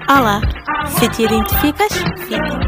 Olá, se te identificas, fica.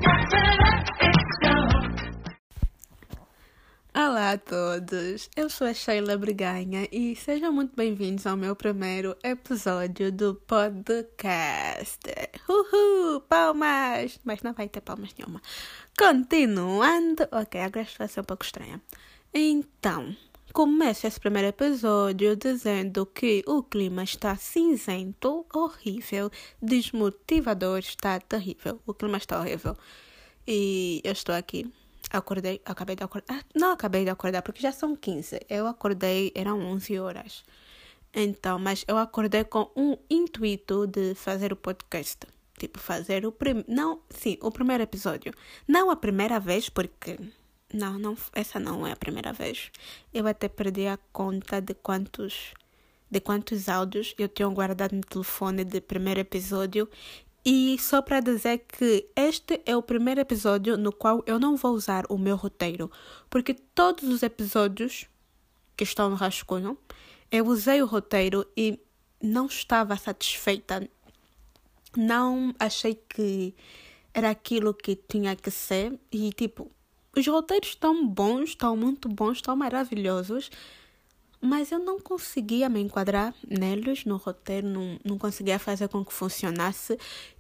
Olá a todos, eu sou a Sheila Breganha e sejam muito bem-vindos ao meu primeiro episódio do podcast. Uhul, palmas! Mas não vai ter palmas nenhuma. Continuando, ok, agora isto vai ser um pouco estranha. Então, começo esse primeiro episódio dizendo que o clima está cinzento, horrível, desmotivador, está terrível. O clima está horrível. E eu estou aqui. Acabei de acordar. Não acabei de acordar, porque já são 15. Eu acordei, eram 11 horas. Então, mas eu acordei com um intuito de fazer o podcast. Tipo, fazer o primeiro episódio. Não a primeira vez, porque... Não, essa não é a primeira vez. Eu até perdi a conta de quantos áudios eu tinha guardado no telefone de primeiro episódio. E só para dizer que este é o primeiro episódio no qual eu não vou usar o meu roteiro. Porque todos os episódios que estão no rascunho, eu usei o roteiro e não estava satisfeita. Não achei que era aquilo que tinha que ser. E tipo, os roteiros estão bons, estão muito bons, estão maravilhosos. Mas eu não conseguia me enquadrar neles, no roteiro, não conseguia fazer com que funcionasse.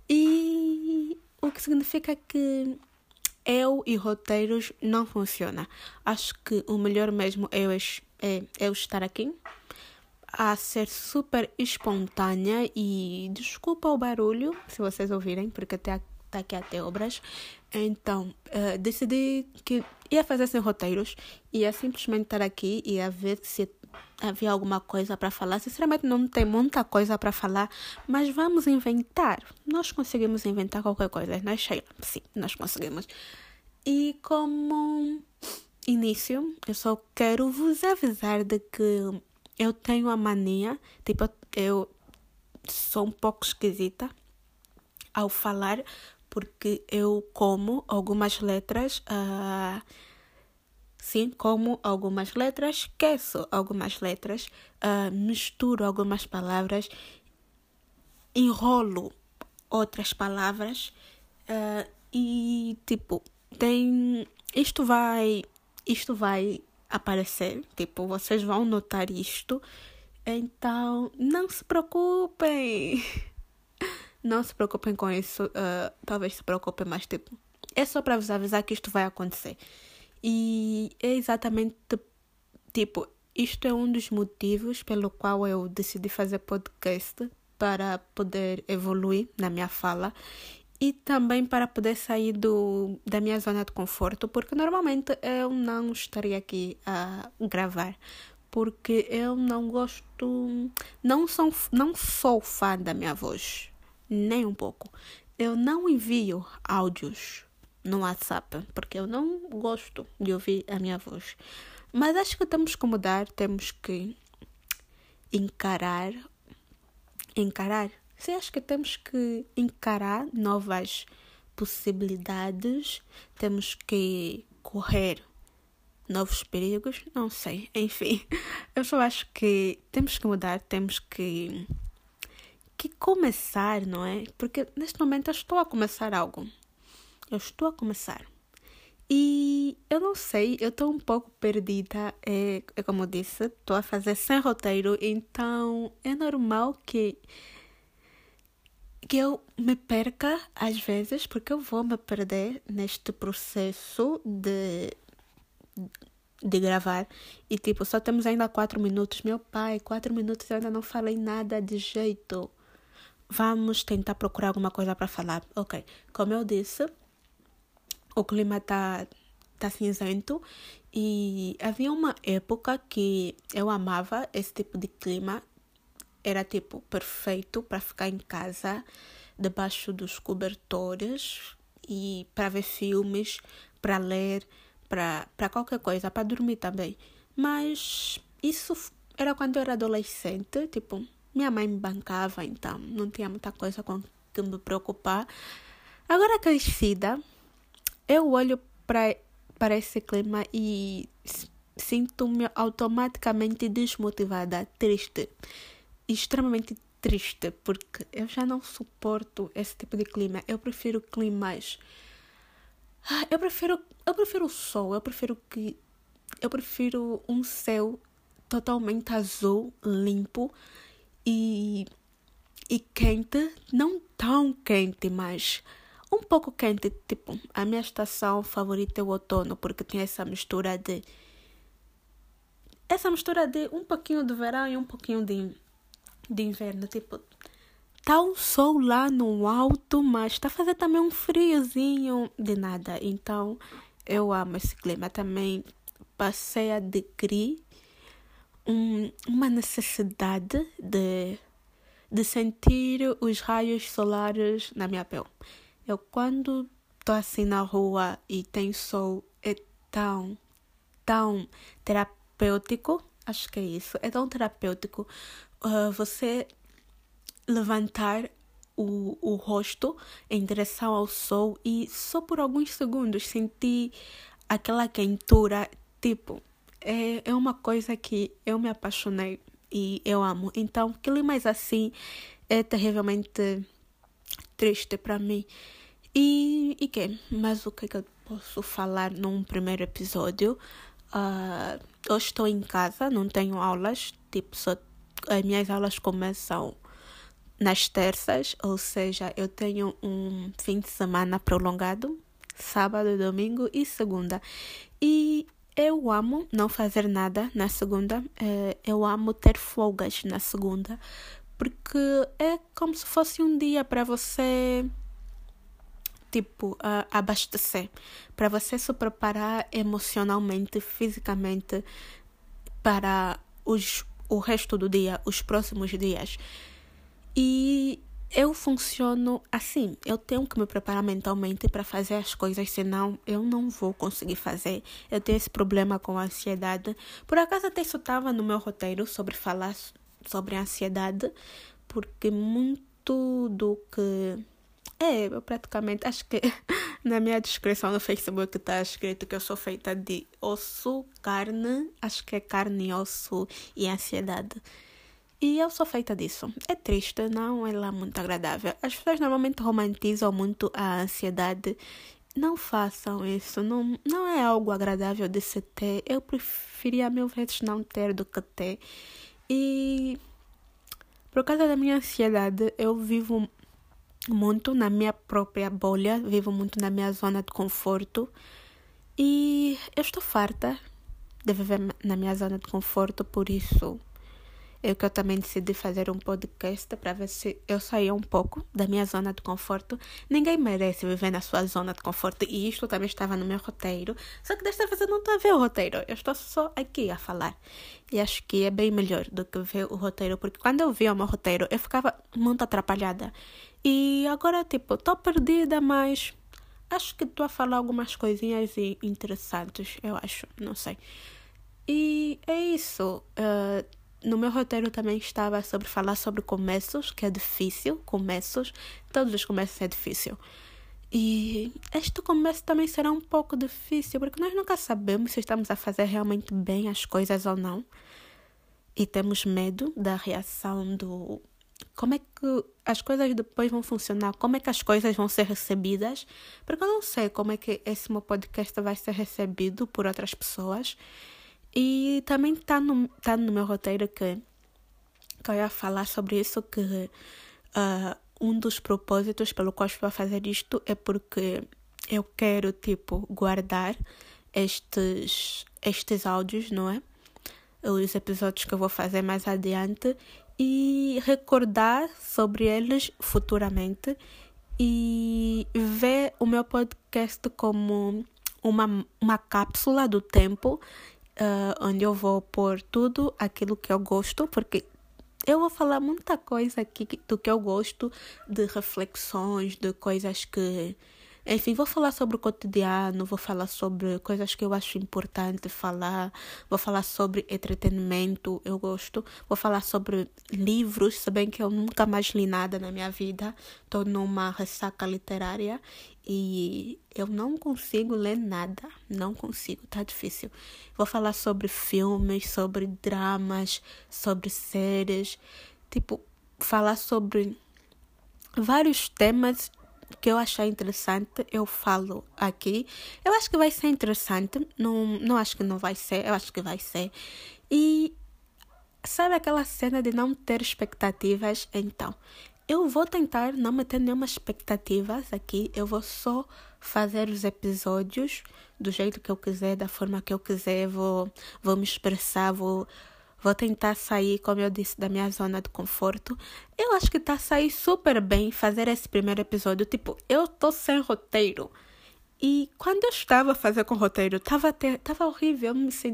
E o que significa que eu e roteiros não funcionam. Acho que o melhor mesmo é eu estar aqui, a ser super espontânea. E desculpa o barulho, se vocês ouvirem, porque está aqui até obras. Então, decidi que ia fazer sem roteiros, ia simplesmente estar aqui e ia ver se havia alguma coisa para falar. Sinceramente, não tem muita coisa para falar, mas vamos inventar. Nós conseguimos inventar qualquer coisa, não é, Sheila? Sim, nós conseguimos. E como início, eu só quero vos avisar de que eu tenho a mania, tipo, eu sou um pouco esquisita ao falar, porque eu como algumas letras, como algumas letras, esqueço algumas letras, misturo algumas palavras, enrolo outras palavras, e tipo, isto vai aparecer, tipo, vocês vão notar isto, então não se preocupem. Não se preocupem com isso, talvez se preocupem, mas tipo, é só para vos avisar que isto vai acontecer. E é exatamente, tipo, isto é um dos motivos pelo qual eu decidi fazer podcast, para poder evoluir na minha fala e também para poder sair da minha zona de conforto, porque normalmente eu não estaria aqui a gravar, porque eu não gosto, não sou fã da minha voz. Nem um pouco. Eu não envio áudios no WhatsApp, porque eu não gosto de ouvir a minha voz. Mas acho que temos que mudar, temos que encarar. Sim, acho que temos que encarar novas possibilidades. Temos que correr novos perigos. Não sei, enfim. Eu só acho que temos que mudar, temos que começar, não é? Porque neste momento eu estou a começar algo. E eu não sei, eu estou um pouco perdida. É como eu disse, estou a fazer sem roteiro, então é normal que eu me perca às vezes, porque eu vou me perder neste processo de gravar. E tipo, só temos ainda 4 minutos. Meu pai, 4 minutos eu ainda não falei nada de jeito. Vamos tentar procurar alguma coisa para falar. Ok, como eu disse, o clima tá cinzento e havia uma época que eu amava esse tipo de clima. Era tipo perfeito para ficar em casa, debaixo dos cobertores e para ver filmes, para ler, para qualquer coisa, para dormir também. Mas isso era quando eu era adolescente, tipo... Minha mãe me bancava, então não tinha muita coisa com que me preocupar. Agora crescida, eu olho para esse clima e sinto-me automaticamente desmotivada, triste, extremamente triste, porque eu já não suporto esse tipo de clima. Eu prefiro climas... eu prefiro o sol, eu prefiro um céu totalmente azul, limpo e, e quente, não tão quente, mas um pouco quente. Tipo, a minha estação favorita é o outono, porque tem essa mistura de um pouquinho de verão e um pouquinho de inverno. Tipo, tá um sol lá no alto, mas tá fazendo também um friozinho de nada. Então, eu amo esse clima. Também passei a adquirir uma necessidade de sentir os raios solares na minha pele. Eu, quando tô assim na rua e tem sol, é tão, tão terapêutico. Acho que é isso. É tão terapêutico. Você levantar o rosto em direção ao sol e só por alguns segundos sentir aquela quentura. Tipo, é uma coisa que eu me apaixonei e eu amo. Então, climas assim é terrivelmente triste para mim. E que? Mas o que é que eu posso falar num primeiro episódio? Hoje estou em casa, não tenho aulas. Tipo, as minhas aulas começam nas terças, ou seja, eu tenho um fim de semana prolongado, sábado, domingo e segunda. E eu amo não fazer nada na segunda. Eu amo ter folgas na segunda, porque é como se fosse um dia para você, tipo, abastecer, para você se preparar emocionalmente, fisicamente para o resto do dia, os próximos dias. E eu funciono assim. Eu tenho que me preparar mentalmente para fazer as coisas, senão eu não vou conseguir fazer. Eu tenho esse problema com a ansiedade. Por acaso até isso estava no meu roteiro sobre falar sobre ansiedade, porque muito do que... eu praticamente acho que na minha descrição no Facebook está escrito que eu sou feita de osso, carne, acho que é carne, osso e ansiedade. E eu sou feita disso. É triste, não é lá muito agradável. As pessoas normalmente romantizam muito a ansiedade. Não façam isso. Não é algo agradável de se ter. Eu preferia mil vezes não ter do que ter. E por causa da minha ansiedade, eu vivo muito na minha própria bolha. Vivo muito na minha zona de conforto. E eu estou farta de viver na minha zona de conforto, por isso... que eu também decidi fazer um podcast para ver se eu saía um pouco da minha zona de conforto. Ninguém merece viver na sua zona de conforto. E isto também estava no meu roteiro. Só que desta vez eu não estou a ver o roteiro. Eu estou só aqui a falar. E acho que é bem melhor do que ver o roteiro. Porque quando eu via o meu roteiro, eu ficava muito atrapalhada. E agora, tipo, estou perdida, mas... acho que estou a falar algumas coisinhas interessantes. Eu acho, não sei. E é isso. No meu roteiro também estava sobre falar sobre começos, que é difícil, começos. Todos os começos é difícil. E este começo também será um pouco difícil, porque nós nunca sabemos se estamos a fazer realmente bem as coisas ou não. E temos medo da reação do... como é que as coisas depois vão funcionar, como é que as coisas vão ser recebidas. Porque eu não sei como é que esse meu podcast vai ser recebido por outras pessoas. E também tá no meu roteiro que eu ia falar sobre isso, que um dos propósitos pelo qual estou a fazer isto é porque eu quero, tipo, guardar estes áudios, não é? Os episódios que eu vou fazer mais adiante e recordar sobre eles futuramente e ver o meu podcast como uma cápsula do tempo, onde eu vou pôr tudo aquilo que eu gosto, porque eu vou falar muita coisa aqui do que eu gosto, de reflexões, de coisas que... enfim, vou falar sobre o cotidiano, vou falar sobre coisas que eu acho importante falar, vou falar sobre entretenimento, eu gosto, vou falar sobre livros, se bem que eu nunca mais li nada na minha vida, estou numa ressaca literária e eu não consigo ler nada, não consigo, tá difícil. Vou falar sobre filmes, sobre dramas, sobre séries, tipo... falar sobre vários temas que eu achei interessante, eu falo aqui. Eu acho que vai ser interessante, não acho que não vai ser, eu acho que vai ser. E sabe aquela cena de não ter expectativas? Então, eu vou tentar não meter nenhuma expectativas aqui, eu vou só fazer os episódios do jeito que eu quiser, da forma que eu quiser, vou me expressar, vou tentar sair, como eu disse, da minha zona de conforto. Eu acho que tá a sair super bem fazer esse primeiro episódio. Tipo, eu tô sem roteiro. E quando eu estava a fazer com roteiro, tava horrível.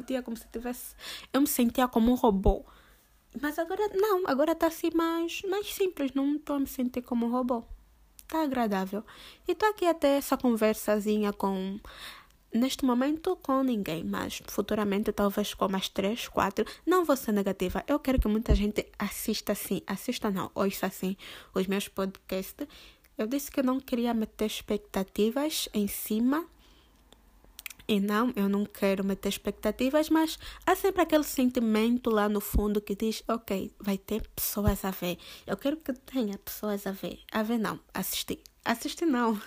Eu me sentia como um robô. Mas agora não, agora tá assim mais simples. Não tô a me sentir como um robô. Tá agradável. E tô aqui a ter essa conversazinha com... Neste momento com ninguém, mas futuramente talvez com mais 3, 4. Não vou ser negativa. Eu quero que muita gente assista assim. Assista não, ouça assim os meus podcasts. Eu disse que eu não queria meter expectativas em cima. E não, eu não quero meter expectativas, mas há sempre aquele sentimento lá no fundo que diz, ok, vai ter pessoas a ver. Eu quero que tenha pessoas a ver. A ver não, assistir. Assistir não.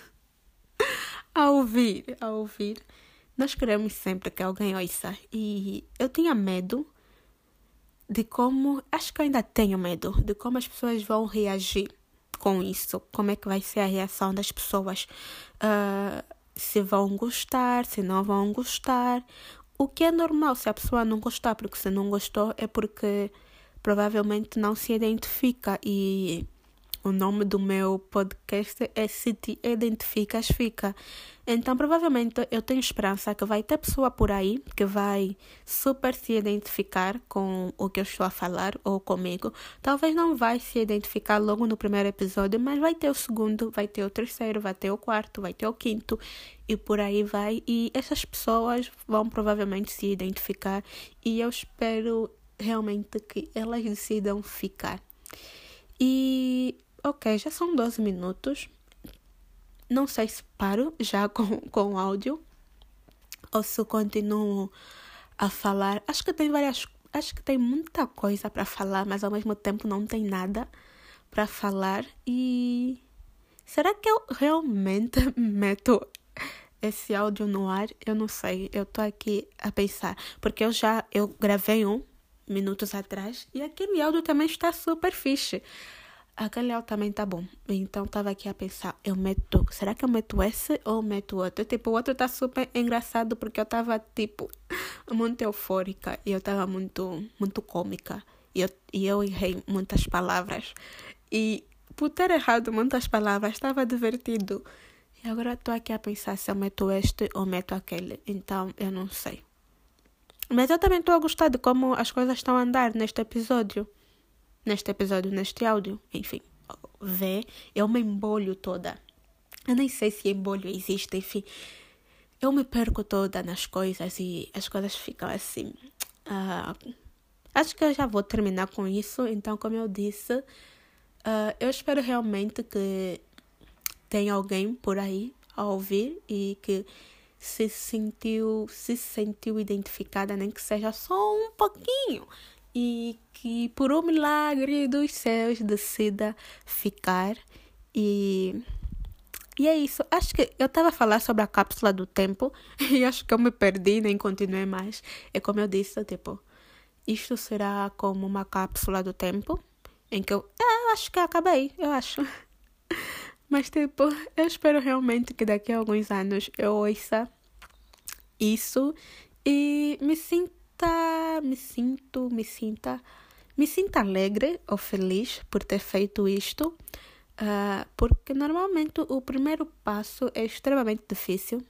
A ouvir. Nós queremos sempre que alguém ouça. E eu tinha medo de como... Acho que eu ainda tenho medo de como as pessoas vão reagir com isso. Como é que vai ser a reação das pessoas. Se vão gostar, se não vão gostar. O que é normal se a pessoa não gostar. Porque se não gostou é porque provavelmente não se identifica. E... O nome do meu podcast é Se Te Identificas, Fica. Então, provavelmente, eu tenho esperança que vai ter pessoa por aí que vai super se identificar com o que eu estou a falar ou comigo. Talvez não vai se identificar logo no primeiro episódio, mas vai ter o segundo, vai ter o terceiro, vai ter o quarto, vai ter o quinto e por aí vai. E essas pessoas vão provavelmente se identificar e eu espero realmente que elas decidam ficar. E... Ok, já são 12 minutos. Não sei se paro já com o áudio ou se continuo a falar. Acho que tem muita coisa para falar, mas ao mesmo tempo não tem nada para falar. E será que eu realmente meto esse áudio no ar? Eu não sei. Eu tô aqui a pensar, porque eu gravei minutos atrás e aquele áudio também está super fixe. Aquele áudio também tá bom. Então, tava aqui a pensar, será que eu meto esse ou meto outro? Tipo, o outro tá super engraçado porque eu tava, tipo, muito eufórica e eu tava muito, muito cômica. E eu errei muitas palavras. E por ter errado muitas palavras, estava divertido. E agora tô aqui a pensar se eu meto este ou meto aquele. Então, eu não sei. Mas eu também tô a gostar de como as coisas estão a andar neste episódio, neste áudio, enfim, eu me embolho toda. Eu nem sei se embolho existe, enfim. Eu me perco toda nas coisas e as coisas ficam assim. Acho que eu já vou terminar com isso. Então, como eu disse, eu espero realmente que tenha alguém por aí a ouvir e que se sentiu identificada, nem que seja só um pouquinho. E que por um milagre dos céus decida ficar. E é isso. Acho que eu estava a falar sobre a cápsula do tempo e acho que eu me perdi, nem continuei mais. É como eu disse, tipo, isto será como uma cápsula do tempo em que eu acho que acabei, eu acho. Mas tipo, eu espero realmente que daqui a alguns anos eu ouça isso e me sinta alegre ou feliz por ter feito isto, porque normalmente o primeiro passo é extremamente difícil,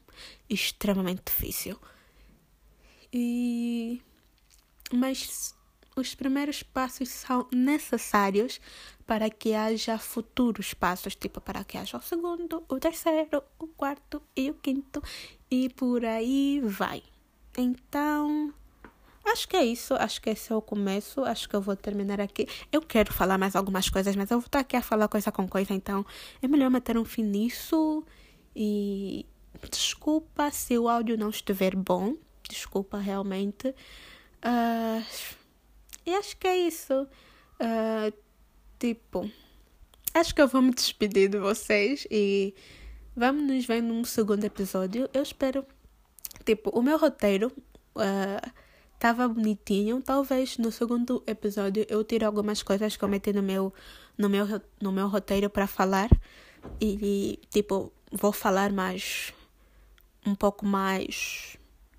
mas os primeiros passos são necessários para que haja futuros passos, tipo para que haja o segundo, o terceiro, o quarto e o quinto e por aí vai. Então, acho que é isso. Acho que esse é o começo. Acho que eu vou terminar aqui. Eu quero falar mais algumas coisas, mas eu vou estar aqui a falar coisa com coisa. Então, é melhor meter um fim nisso. E desculpa se o áudio não estiver bom. Desculpa, realmente. E acho que é isso. tipo, acho que eu vou me despedir de vocês e vamos nos ver num segundo episódio. Eu espero. Tipo, o meu roteiro estava bonitinho. Talvez no segundo episódio eu tire algumas coisas que eu meti no meu roteiro para falar. E, tipo, vou falar mais. Um pouco mais.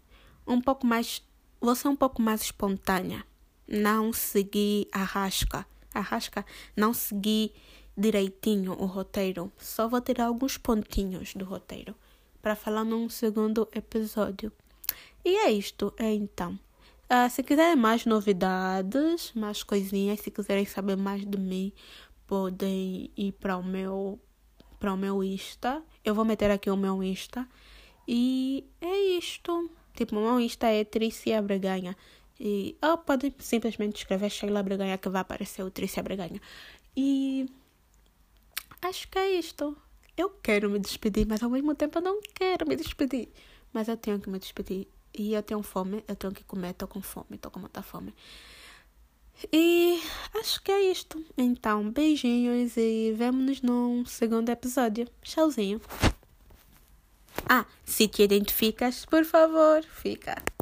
Vou ser um pouco mais espontânea. Não seguir a rasca. Não seguir direitinho o roteiro. Só vou tirar alguns pontinhos do roteiro para falar num segundo episódio. E é isto, então. Se quiserem mais novidades, mais coisinhas, se quiserem saber mais de mim, podem ir para o meu Insta. Eu vou meter aqui o meu Insta. E é isto. Tipo, o meu Insta é Trícia Braganha. E podem simplesmente escrever Sheila Braganha que vai aparecer o Trícia Braganha. E acho que é isto. Eu quero me despedir, mas ao mesmo tempo eu não quero me despedir. Mas eu tenho que me despedir. E eu tenho fome, eu tenho que comer, tô com fome, tô com muita fome. E acho que é isto. Então, beijinhos e vemo-nos num segundo episódio. Tchauzinho. Se te identificas, por favor, fica.